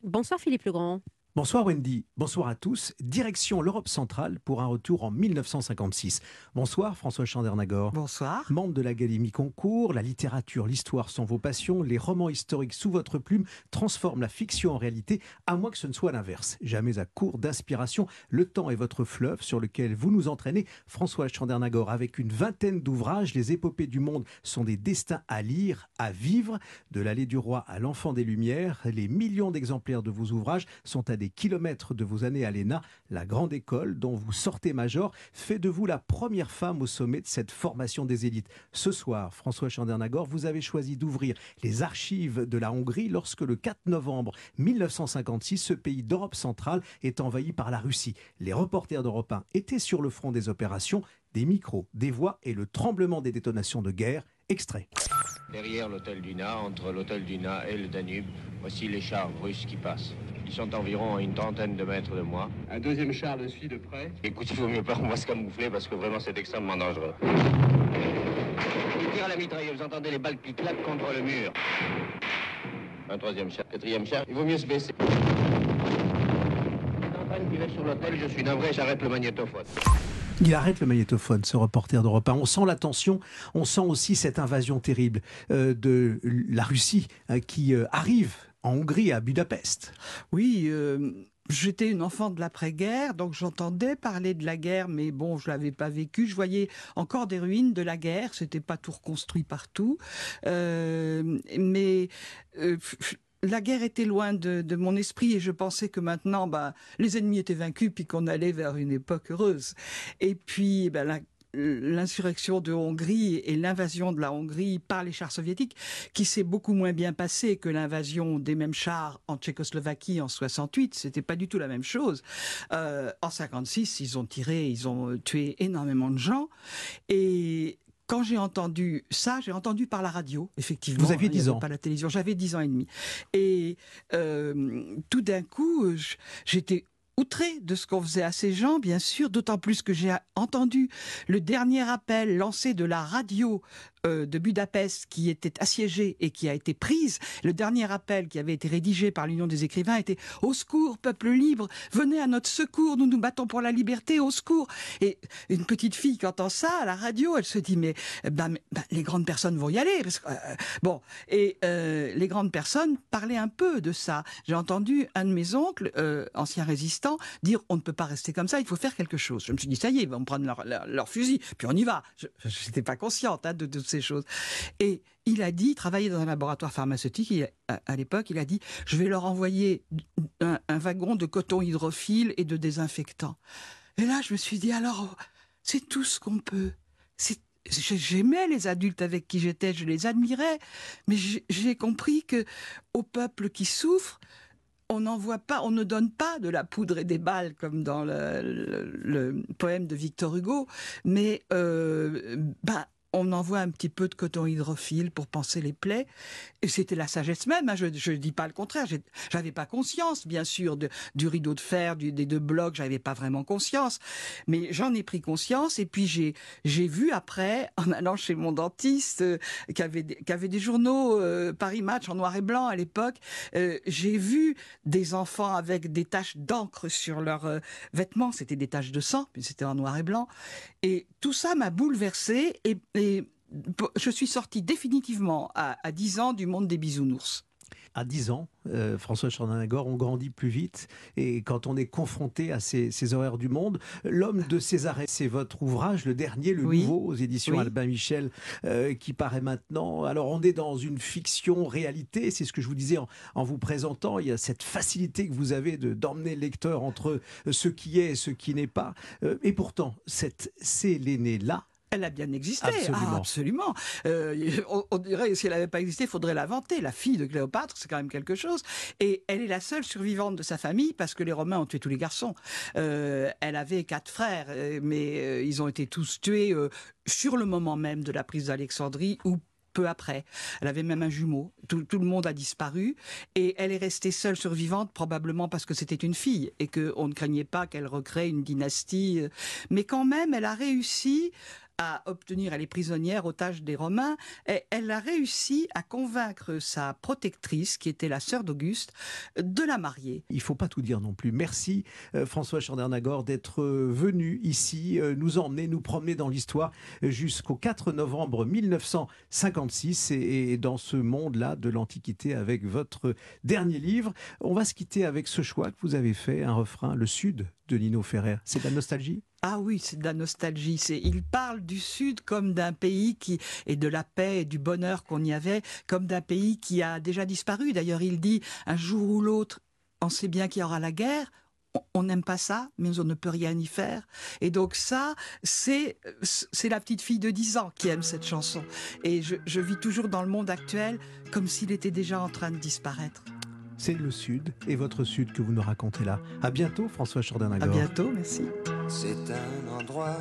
Bonsoir Philippe Legrand. Bonsoir Wendy, bonsoir à tous. Direction l'Europe centrale pour un retour en 1956. Bonsoir François Chandernagor. Bonsoir. Membre de l'Académie Concours, la littérature, l'histoire sont vos passions, les romans historiques sous votre plume transforment la fiction en réalité, à moins que ce ne soit l'inverse. Jamais à court d'inspiration, le temps est votre fleuve sur lequel vous nous entraînez. François Chandernagor, avec une vingtaine d'ouvrages, les épopées du monde sont des destins à lire, à vivre. De l'Allée du Roi à l'Enfant des Lumières, les millions d'exemplaires de vos ouvrages sont à des kilomètres de vos années à l'ENA. La grande école dont vous sortez major fait de vous la première femme au sommet de cette formation des élites. Ce soir, François Chandernagor, vous avez choisi d'ouvrir les archives de la Hongrie lorsque le 4 novembre 1956, ce pays d'Europe centrale est envahi par la Russie. Les reporters d'Europe 1 étaient sur le front des opérations, des micros, des voix et le tremblement des détonations de guerre. Extrait. Derrière l'hôtel d'Una, entre l'hôtel d'Una et le Danube, voici les chars russes qui passent. Ils sont environ à une trentaine de mètres de moi. Un deuxième char le suit de près. Écoute, il vaut mieux pas qu'on va se camoufler parce que vraiment c'est extrêmement dangereux. Ils tirent à la mitrailleuse, vous entendez les balles qui claquent contre le mur. Un troisième char, quatrième char, il vaut mieux se baisser. Il est en train de tirer sur l'hôtel, je suis navré, j'arrête le magnétophone. Il arrête le magnétophone, ce reporter d'Europe 1. On sent la tension, on sent aussi cette invasion terrible de la Russie qui arrive en Hongrie, à Budapest. Oui, j'étais une enfant de l'après-guerre, donc j'entendais parler de la guerre, mais bon, je l'avais pas vécu. Je voyais encore des ruines de la guerre, c'était pas tout reconstruit partout, mais la guerre était loin de mon esprit et je pensais que maintenant, les ennemis étaient vaincus puis qu'on allait vers une époque heureuse. Et puis, l'insurrection de Hongrie et l'invasion de la Hongrie par les chars soviétiques, qui s'est beaucoup moins bien passée que l'invasion des mêmes chars en Tchécoslovaquie en 68, c'était pas du tout la même chose. En 56, ils ont tué énormément de gens et quand j'ai entendu ça, j'ai entendu par la radio, effectivement. Vous aviez 10 ans. Pas la télévision, j'avais 10 ans et demi. Et tout d'un coup, j'étais outré de ce qu'on faisait à ces gens, bien sûr, d'autant plus que j'ai entendu le dernier appel lancé de la radio de Budapest qui était assiégée et qui a été prise. Le dernier appel qui avait été rédigé par l'Union des écrivains était « Au secours, peuple libre, venez à notre secours, nous nous battons pour la liberté, au secours !» Et une petite fille qui entend ça à la radio, elle se dit « Mais les grandes personnes vont y aller. » parce que, les grandes personnes parlaient un peu de ça. J'ai entendu un de mes oncles, ancien résistant, dire « On ne peut pas rester comme ça, il faut faire quelque chose. » Je me suis dit « Ça y est, ils vont me prendre leur fusil, puis on y va. » Je n'étais pas consciente de toutes ces choses. Et il a dit, il travaillait dans un laboratoire pharmaceutique, à l'époque, il a dit « Je vais leur envoyer un wagon de coton hydrophile et de désinfectants. » Et là, je me suis dit « Alors, c'est tout ce qu'on peut. » J'aimais les adultes avec qui j'étais, je les admirais, mais j'ai compris que au peuple qui souffre, on ne donne pas de la poudre et des balles comme dans le poème de Victor Hugo, mais on envoie un petit peu de coton hydrophile pour panser les plaies. Et c'était la sagesse même, je ne dis pas le contraire. J'avais pas conscience, bien sûr, du rideau de fer, des 2 blocs, j'avais pas vraiment conscience. Mais j'en ai pris conscience et puis j'ai vu après, en allant chez mon dentiste, qui avait des journaux Paris Match en noir et blanc à l'époque, j'ai vu des enfants avec des taches d'encre sur leurs vêtements. C'était des taches de sang, puis c'était en noir et blanc. Et tout ça m'a bouleversée et je suis sortie définitivement à 10 ans du monde des bisounours. À 10 ans, François Chandernagor, on grandit plus vite et quand on est confronté à ces horreurs du monde, L'homme de Césarée, c'est votre ouvrage, le dernier, le nouveau, aux éditions Albin Michel, qui paraît maintenant. Alors on est dans une fiction réalité, c'est ce que je vous disais en vous présentant, il y a cette facilité que vous avez d'emmener le lecteur entre ce qui est et ce qui n'est pas. Et pourtant, cette Sélénée-là, elle a bien existé, absolument. On dirait, si elle n'avait pas existé, il faudrait l'inventer. La fille de Cléopâtre, c'est quand même quelque chose. Et elle est la seule survivante de sa famille, parce que les Romains ont tué tous les garçons. Elle avait 4 frères, mais ils ont été tous tués sur le moment même de la prise d'Alexandrie, ou peu après. Elle avait même un jumeau. Tout le monde a disparu. Et elle est restée seule survivante, probablement parce que c'était une fille, et qu'on ne craignait pas qu'elle recrée une dynastie. Mais quand même, elle a réussi à obtenir, elle est prisonnière, otage des Romains, et elle a réussi à convaincre sa protectrice, qui était la sœur d'Auguste, de la marier. Il ne faut pas tout dire non plus. Merci François Chandernagor d'être venu ici, nous emmener, nous promener dans l'histoire jusqu'au 4 novembre 1956 et dans ce monde-là de l'Antiquité avec votre dernier livre. On va se quitter avec ce choix que vous avez fait, un refrain, Le Sud de Nino Ferrer. C'est de la nostalgie ? Ah oui, c'est de la nostalgie. Il parle du Sud comme d'un pays et de la paix et du bonheur qu'on y avait, comme d'un pays qui a déjà disparu. D'ailleurs, il dit, un jour ou l'autre, on sait bien qu'il y aura la guerre. On n'aime pas ça, mais on ne peut rien y faire. Et donc ça, c'est la petite fille de 10 ans qui aime cette chanson. Et je vis toujours dans le monde actuel comme s'il était déjà en train de disparaître. C'est le Sud et votre Sud que vous nous racontez là. À bientôt François Chandernagor. À bientôt, merci. C'est un endroit